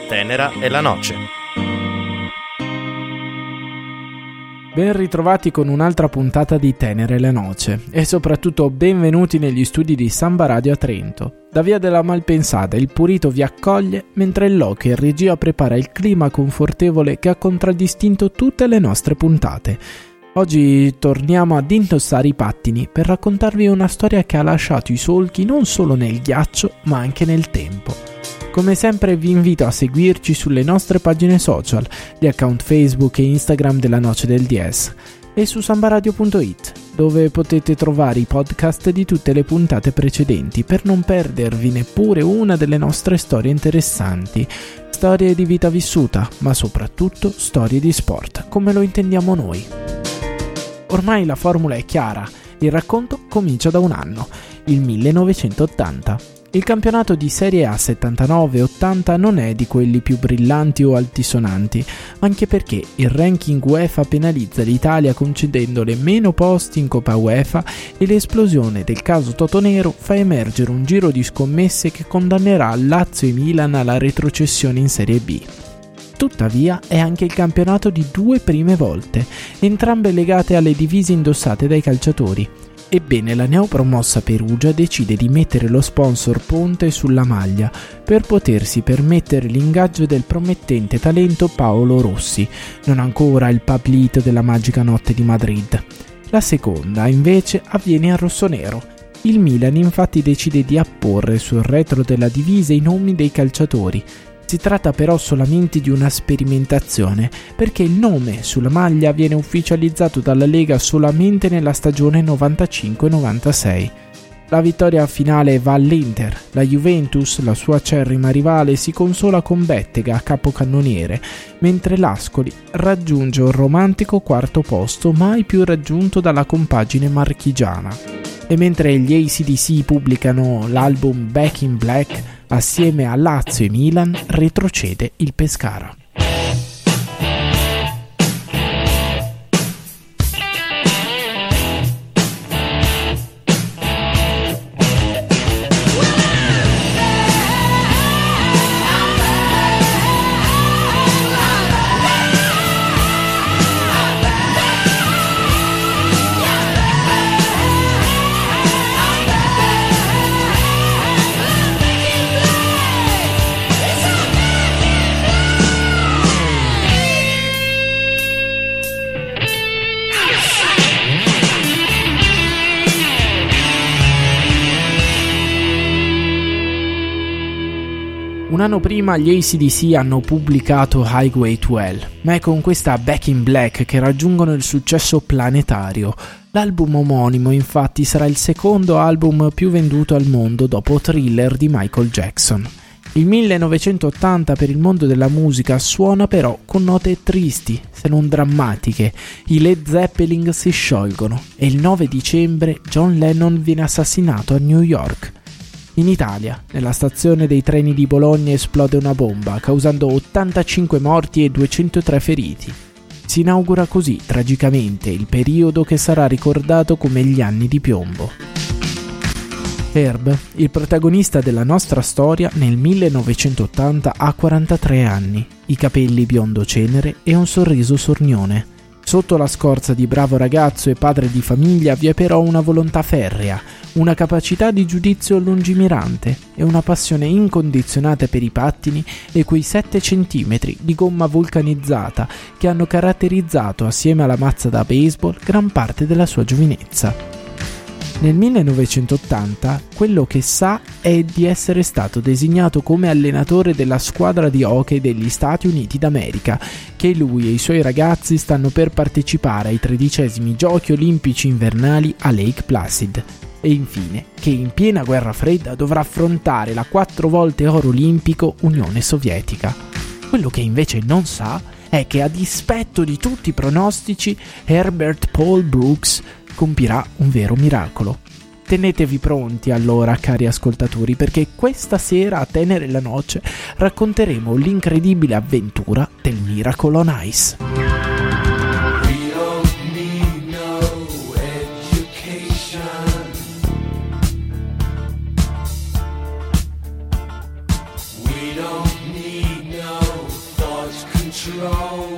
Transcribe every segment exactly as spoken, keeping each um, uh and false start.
Tenera e la Noce. Ben ritrovati con un'altra puntata di Tenera e la Noce e soprattutto benvenuti negli studi di Samba Radio a Trento. Da Via della Malpensata il Purito vi accoglie mentre il Loki in regia prepara il clima confortevole che ha contraddistinto tutte le nostre puntate. Oggi torniamo ad indossare i pattini per raccontarvi una storia che ha lasciato i solchi non solo nel ghiaccio ma anche nel tempo. Come sempre vi invito a seguirci sulle nostre pagine social, gli account Facebook e Instagram della Noce del D S e su sambaradio punto it, dove potete trovare i podcast di tutte le puntate precedenti per non perdervi neppure una delle nostre storie interessanti. Storie di vita vissuta, ma soprattutto storie di sport, come lo intendiamo noi. Ormai la formula è chiara, il racconto comincia da un anno, il millenovecentottanta. Il campionato di Serie A settantanove ottanta non è di quelli più brillanti o altisonanti, anche perché il ranking UEFA penalizza l'Italia concedendole meno posti in Coppa UEFA e l'esplosione del caso Totonero fa emergere un giro di scommesse che condannerà Lazio e Milan alla retrocessione in Serie B. Tuttavia è anche il campionato di due prime volte, entrambe legate alle divise indossate dai calciatori. Ebbene, la neopromossa Perugia decide di mettere lo sponsor Ponte sulla maglia per potersi permettere l'ingaggio del promettente talento Paolo Rossi, non ancora il Pablito della magica notte di Madrid. La seconda, invece, avviene a rossonero. Il Milan infatti decide di apporre sul retro della divisa i nomi dei calciatori. Si tratta però solamente di una sperimentazione, perché il nome sulla maglia viene ufficializzato dalla Lega solamente nella stagione novantacinque novantasei. La vittoria finale va all'Inter. La Juventus, la sua acerrima rivale, si consola con Bettega, capocannoniere, mentre l'Ascoli raggiunge un romantico quarto posto mai più raggiunto dalla compagine marchigiana. E mentre gli A C D C pubblicano l'album Back in Black, assieme a Lazio e Milan retrocede il Pescara. Un anno prima gli A C D C hanno pubblicato Highway to Hell, ma è con questa Back in Black che raggiungono il successo planetario. L'album omonimo infatti sarà il secondo album più venduto al mondo dopo Thriller di Michael Jackson. Il millenovecentottanta per il mondo della musica suona però con note tristi, se non drammatiche. I Led Zeppelin si sciolgono e il nove dicembre John Lennon viene assassinato a New York. In Italia, nella stazione dei treni di Bologna esplode una bomba, causando ottantacinque morti e duecentotré feriti. Si inaugura così, tragicamente, il periodo che sarà ricordato come gli anni di piombo. Herb, il protagonista della nostra storia, nel millenovecentottanta ha quarantatré anni, i capelli biondo cenere e un sorriso sornione. Sotto la scorza di bravo ragazzo e padre di famiglia vi è però una volontà ferrea, una capacità di giudizio lungimirante e una passione incondizionata per i pattini e quei sette centimetri di gomma vulcanizzata che hanno caratterizzato, assieme alla mazza da baseball, gran parte della sua giovinezza. Nel millenovecentottanta quello che sa è di essere stato designato come allenatore della squadra di hockey degli Stati Uniti d'America, che lui e i suoi ragazzi stanno per partecipare ai tredicesimi Giochi Olimpici invernali a Lake Placid. E infine che in piena guerra fredda dovrà affrontare la quattro volte oro olimpico Unione Sovietica. Quello che invece non sa è che, a dispetto di tutti i pronostici, Herbert Paul Brooks compirà un vero miracolo. Tenetevi pronti allora, cari ascoltatori, perché questa sera a Tenera e la Noce racconteremo l'incredibile avventura del Miracle on Ice. We don't need no natural.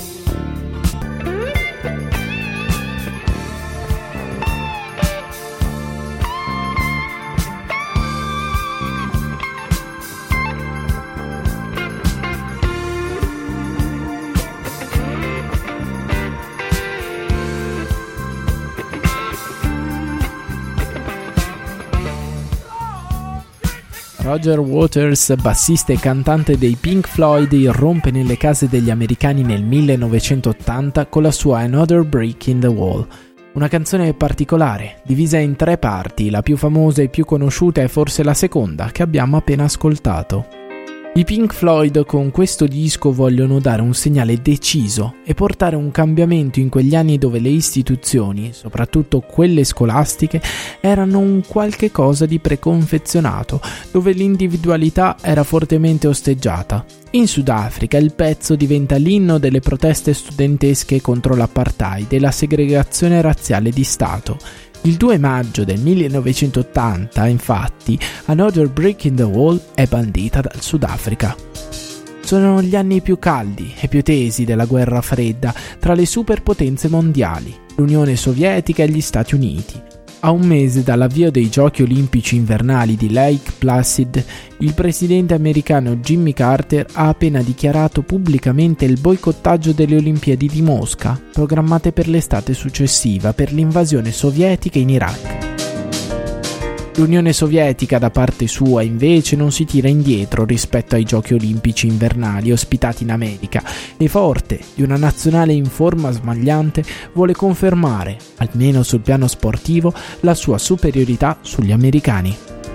Roger Waters, bassista e cantante dei Pink Floyd, irrompe nelle case degli americani nel millenovecentottanta con la sua Another Brick in the Wall. Una canzone particolare, divisa in tre parti, la più famosa e più conosciuta è forse la seconda, che abbiamo appena ascoltato. I Pink Floyd con questo disco vogliono dare un segnale deciso e portare un cambiamento in quegli anni dove le istituzioni, soprattutto quelle scolastiche, erano un qualche cosa di preconfezionato, dove l'individualità era fortemente osteggiata. In Sudafrica il pezzo diventa l'inno delle proteste studentesche contro l'apartheid e la segregazione razziale di Stato. Il due maggio del millenovecentottanta, infatti, Another Brick in the Wall è bandita dal Sudafrica. Sono gli anni più caldi e più tesi della guerra fredda tra le superpotenze mondiali, l'Unione Sovietica e gli Stati Uniti. A un mese dall'avvio dei Giochi Olimpici Invernali di Lake Placid, il presidente americano Jimmy Carter ha appena dichiarato pubblicamente il boicottaggio delle Olimpiadi di Mosca, programmate per l'estate successiva per l'invasione sovietica in Iraq. L'Unione Sovietica, da parte sua, invece, non si tira indietro rispetto ai Giochi Olimpici Invernali ospitati in America e, forte di una nazionale in forma smagliante, vuole confermare, almeno sul piano sportivo, la sua superiorità sugli americani.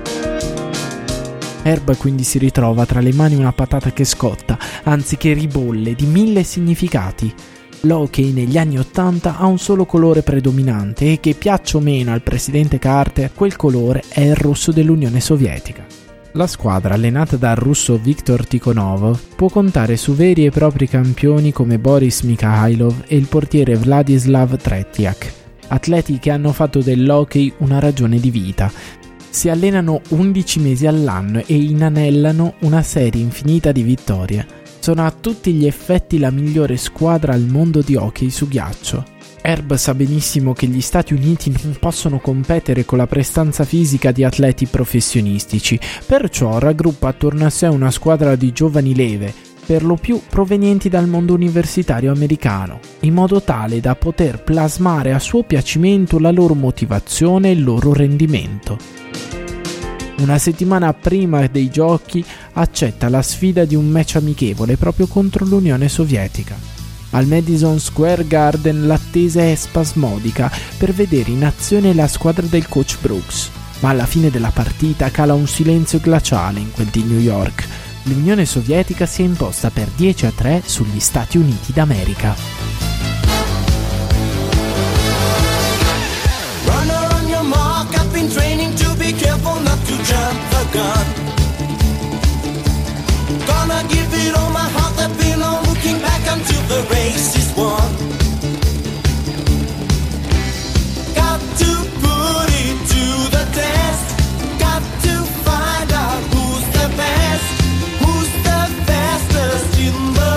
Herb quindi si ritrova tra le mani una patata che scotta, anzi che ribolle, di mille significati. L'hockey negli anni Ottanta ha un solo colore predominante e che piaccia o meno al presidente Carter, quel colore è il rosso dell'Unione Sovietica. La squadra, allenata dal russo Viktor Tikhonov, può contare su veri e propri campioni come Boris Mikhailov e il portiere Vladislav Tretiak, atleti che hanno fatto dell'hockey una ragione di vita. Si allenano undici mesi all'anno e inanellano una serie infinita di vittorie. Sono a tutti gli effetti la migliore squadra al mondo di hockey su ghiaccio. Herb sa benissimo che gli Stati Uniti non possono competere con la prestanza fisica di atleti professionistici, perciò raggruppa attorno a sé una squadra di giovani leve, per lo più provenienti dal mondo universitario americano, in modo tale da poter plasmare a suo piacimento la loro motivazione e il loro rendimento. Una settimana prima dei giochi accetta la sfida di un match amichevole proprio contro l'Unione Sovietica. Al Madison Square Garden l'attesa è spasmodica per vedere in azione la squadra del coach Brooks, ma alla fine della partita cala un silenzio glaciale in quel di New York. L'Unione Sovietica si è imposta per dieci a tre sugli Stati Uniti d'America. Jump the gun. Gonna give it all my heart, I've been on looking back until the race is won. Got to put it to the test. Got to find out who's the best, who's the fastest in the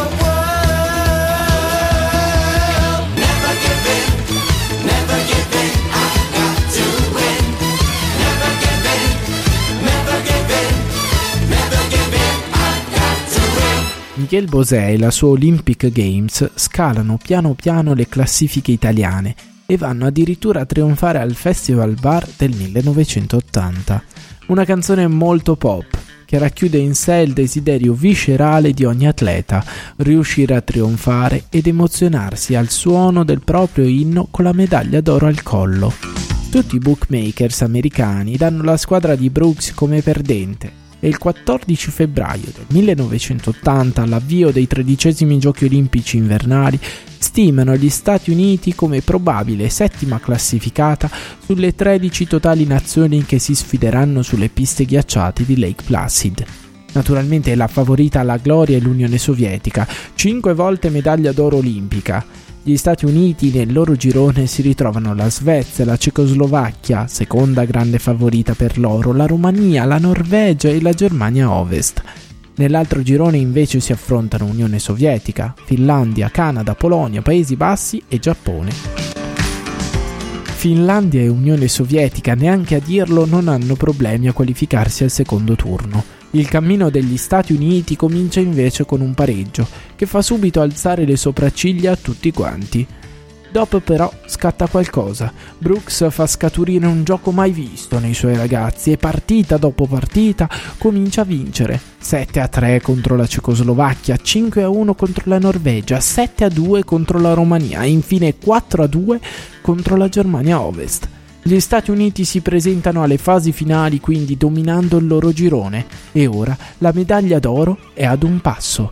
world. Never give in, never give in, I've got to win. Never give in, never give in, never give in, I've got to win. Miguel Bosé e la sua Olympic Games scalano piano piano le classifiche italiane e vanno addirittura a trionfare al Festival Bar del millenovecentottanta. Una canzone molto pop che racchiude in sé il desiderio viscerale di ogni atleta, riuscire a trionfare ed emozionarsi al suono del proprio inno con la medaglia d'oro al collo. Tutti i bookmakers americani danno la squadra di Brooks come perdente e il quattordici febbraio del millenovecentottanta, all'avvio dei tredicesimi Giochi Olimpici Invernali, stimano gli Stati Uniti come probabile settima classificata sulle tredici totali nazioni che si sfideranno sulle piste ghiacciate di Lake Placid. Naturalmente la favorita alla gloria è l'Unione Sovietica, cinque volte medaglia d'oro olimpica. Gli Stati Uniti nel loro girone si ritrovano la Svezia, la Cecoslovacchia, seconda grande favorita per l'oro, la Romania, la Norvegia e la Germania Ovest. Nell'altro girone invece si affrontano Unione Sovietica, Finlandia, Canada, Polonia, Paesi Bassi e Giappone. Finlandia e Unione Sovietica, neanche a dirlo, non hanno problemi a qualificarsi al secondo turno. Il cammino degli Stati Uniti comincia invece con un pareggio, che fa subito alzare le sopracciglia a tutti quanti. Dopo però scatta qualcosa. Brooks fa scaturire un gioco mai visto nei suoi ragazzi e partita dopo partita comincia a vincere. sette a tre contro la Cecoslovacchia, cinque a uno contro la Norvegia, sette a due contro la Romania e infine quattro a due contro la Germania Ovest. Gli Stati Uniti si presentano alle fasi finali quindi dominando il loro girone e ora la medaglia d'oro è ad un passo.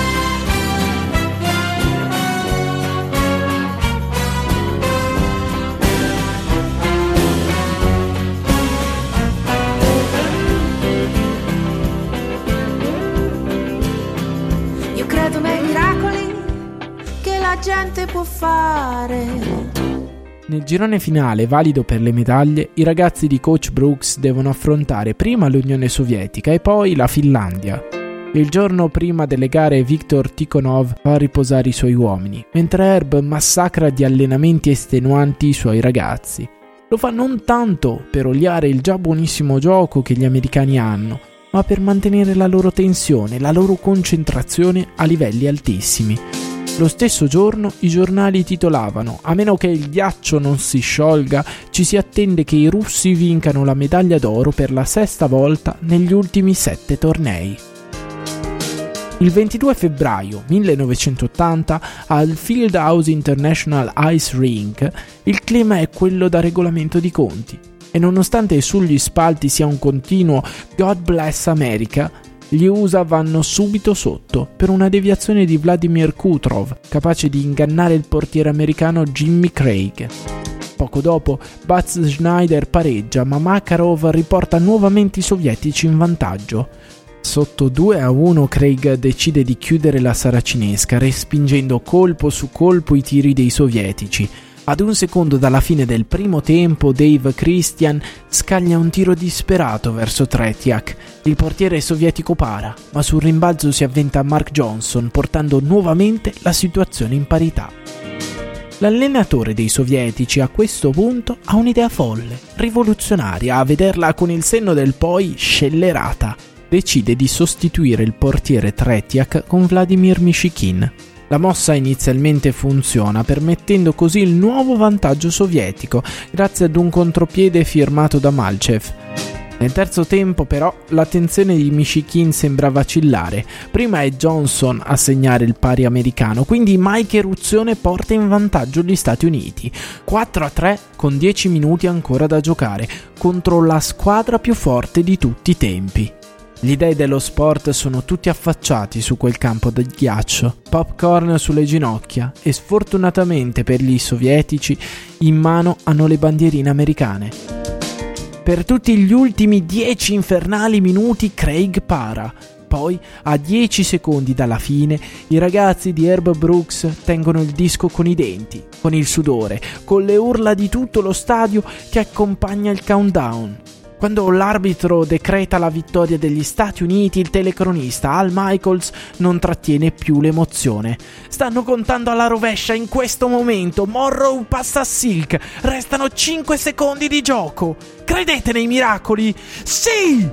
Credo nei miracoli che la gente può fare. Nel girone finale, valido per le medaglie, i ragazzi di coach Brooks devono affrontare prima l'Unione Sovietica e poi la Finlandia. Il giorno prima delle gare Viktor Tikhonov fa riposare i suoi uomini, mentre Herb massacra di allenamenti estenuanti i suoi ragazzi. Lo fa non tanto per oliare il già buonissimo gioco che gli americani hanno, ma per mantenere la loro tensione, la loro concentrazione a livelli altissimi. Lo stesso giorno i giornali titolavano: a meno che il ghiaccio non si sciolga, ci si attende che i russi vincano la medaglia d'oro per la sesta volta negli ultimi sette tornei. Il ventidue febbraio millenovecentottanta al Fieldhouse International Ice Rink il clima è quello da regolamento di conti. E nonostante sugli spalti sia un continuo God Bless America, gli U S A vanno subito sotto per una deviazione di Vladimir Kutrov, capace di ingannare il portiere americano Jimmy Craig. Poco dopo, Buzz Schneider pareggia, ma Makarov riporta nuovamente i sovietici in vantaggio. Sotto due a uno Craig decide di chiudere la saracinesca, respingendo colpo su colpo i tiri dei sovietici. Ad un secondo dalla fine del primo tempo, Dave Christian scaglia un tiro disperato verso Tretiak. Il portiere sovietico para, ma sul rimbalzo si avventa Mark Johnson, portando nuovamente la situazione in parità. L'allenatore dei sovietici a questo punto ha un'idea folle, rivoluzionaria, a vederla con il senno del poi scellerata. Decide di sostituire il portiere Tretiak con Vladimir Mishikin. La mossa inizialmente funziona, permettendo così il nuovo vantaggio sovietico, grazie ad un contropiede firmato da Malchev. Nel terzo tempo, però, l'attenzione di Mishikin sembra vacillare. Prima è Johnson a segnare il pari americano, quindi Mike Eruzione porta in vantaggio gli Stati Uniti. quattro a tre con dieci minuti ancora da giocare, contro la squadra più forte di tutti i tempi. Gli dei dello sport sono tutti affacciati su quel campo del ghiaccio, popcorn sulle ginocchia e sfortunatamente per gli sovietici in mano hanno le bandierine americane. Per tutti gli ultimi dieci infernali minuti Craig para. Poi, a dieci secondi dalla fine, i ragazzi di Herb Brooks tengono il disco con i denti, con il sudore, con le urla di tutto lo stadio che accompagna il countdown. Quando l'arbitro decreta la vittoria degli Stati Uniti, il telecronista Al Michaels non trattiene più l'emozione. Stanno contando alla rovescia in questo momento. Morrow passa a Silk. Restano cinque secondi di gioco. Credete nei miracoli? Sì!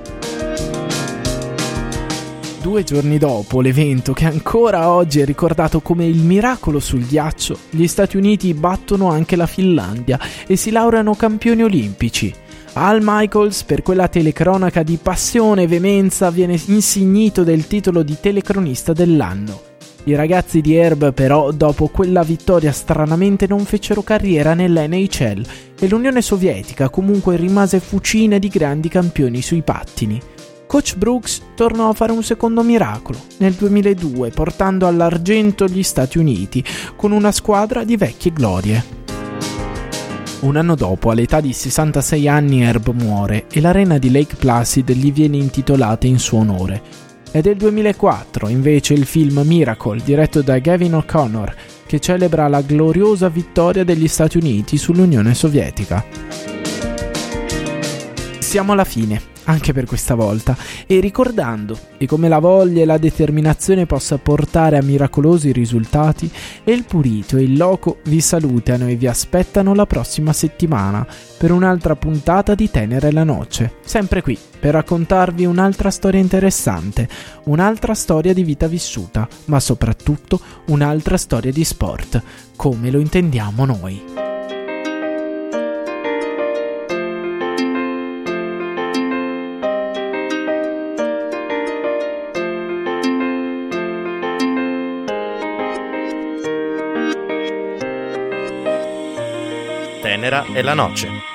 Due giorni dopo l'evento, che ancora oggi è ricordato come il miracolo sul ghiaccio, gli Stati Uniti battono anche la Finlandia e si laureano campioni olimpici. Al Michaels, per quella telecronaca di passione e veemenza, viene insignito del titolo di telecronista dell'anno. I ragazzi di Herb però, dopo quella vittoria, stranamente non fecero carriera nell'N H L e l'Unione Sovietica comunque rimase fucina di grandi campioni sui pattini. Coach Brooks tornò a fare un secondo miracolo nel duemiladue, portando all'argento gli Stati Uniti con una squadra di vecchie glorie. Un anno dopo, all'età di sessantasei anni, Herb muore e l'arena di Lake Placid gli viene intitolata in suo onore. È del duemilaquattro, invece, il film Miracle, diretto da Gavin O'Connor, che celebra la gloriosa vittoria degli Stati Uniti sull'Unione Sovietica. siamo alla fine, anche per questa volta, e ricordando e come la voglia e la determinazione possa portare a miracolosi risultati, El Purito e il Loco vi salutano e vi aspettano la prossima settimana per un'altra puntata di Tenere la Noce, sempre qui per raccontarvi un'altra storia interessante, un'altra storia di vita vissuta, ma soprattutto un'altra storia di sport, come lo intendiamo noi. Tenera e la Noce.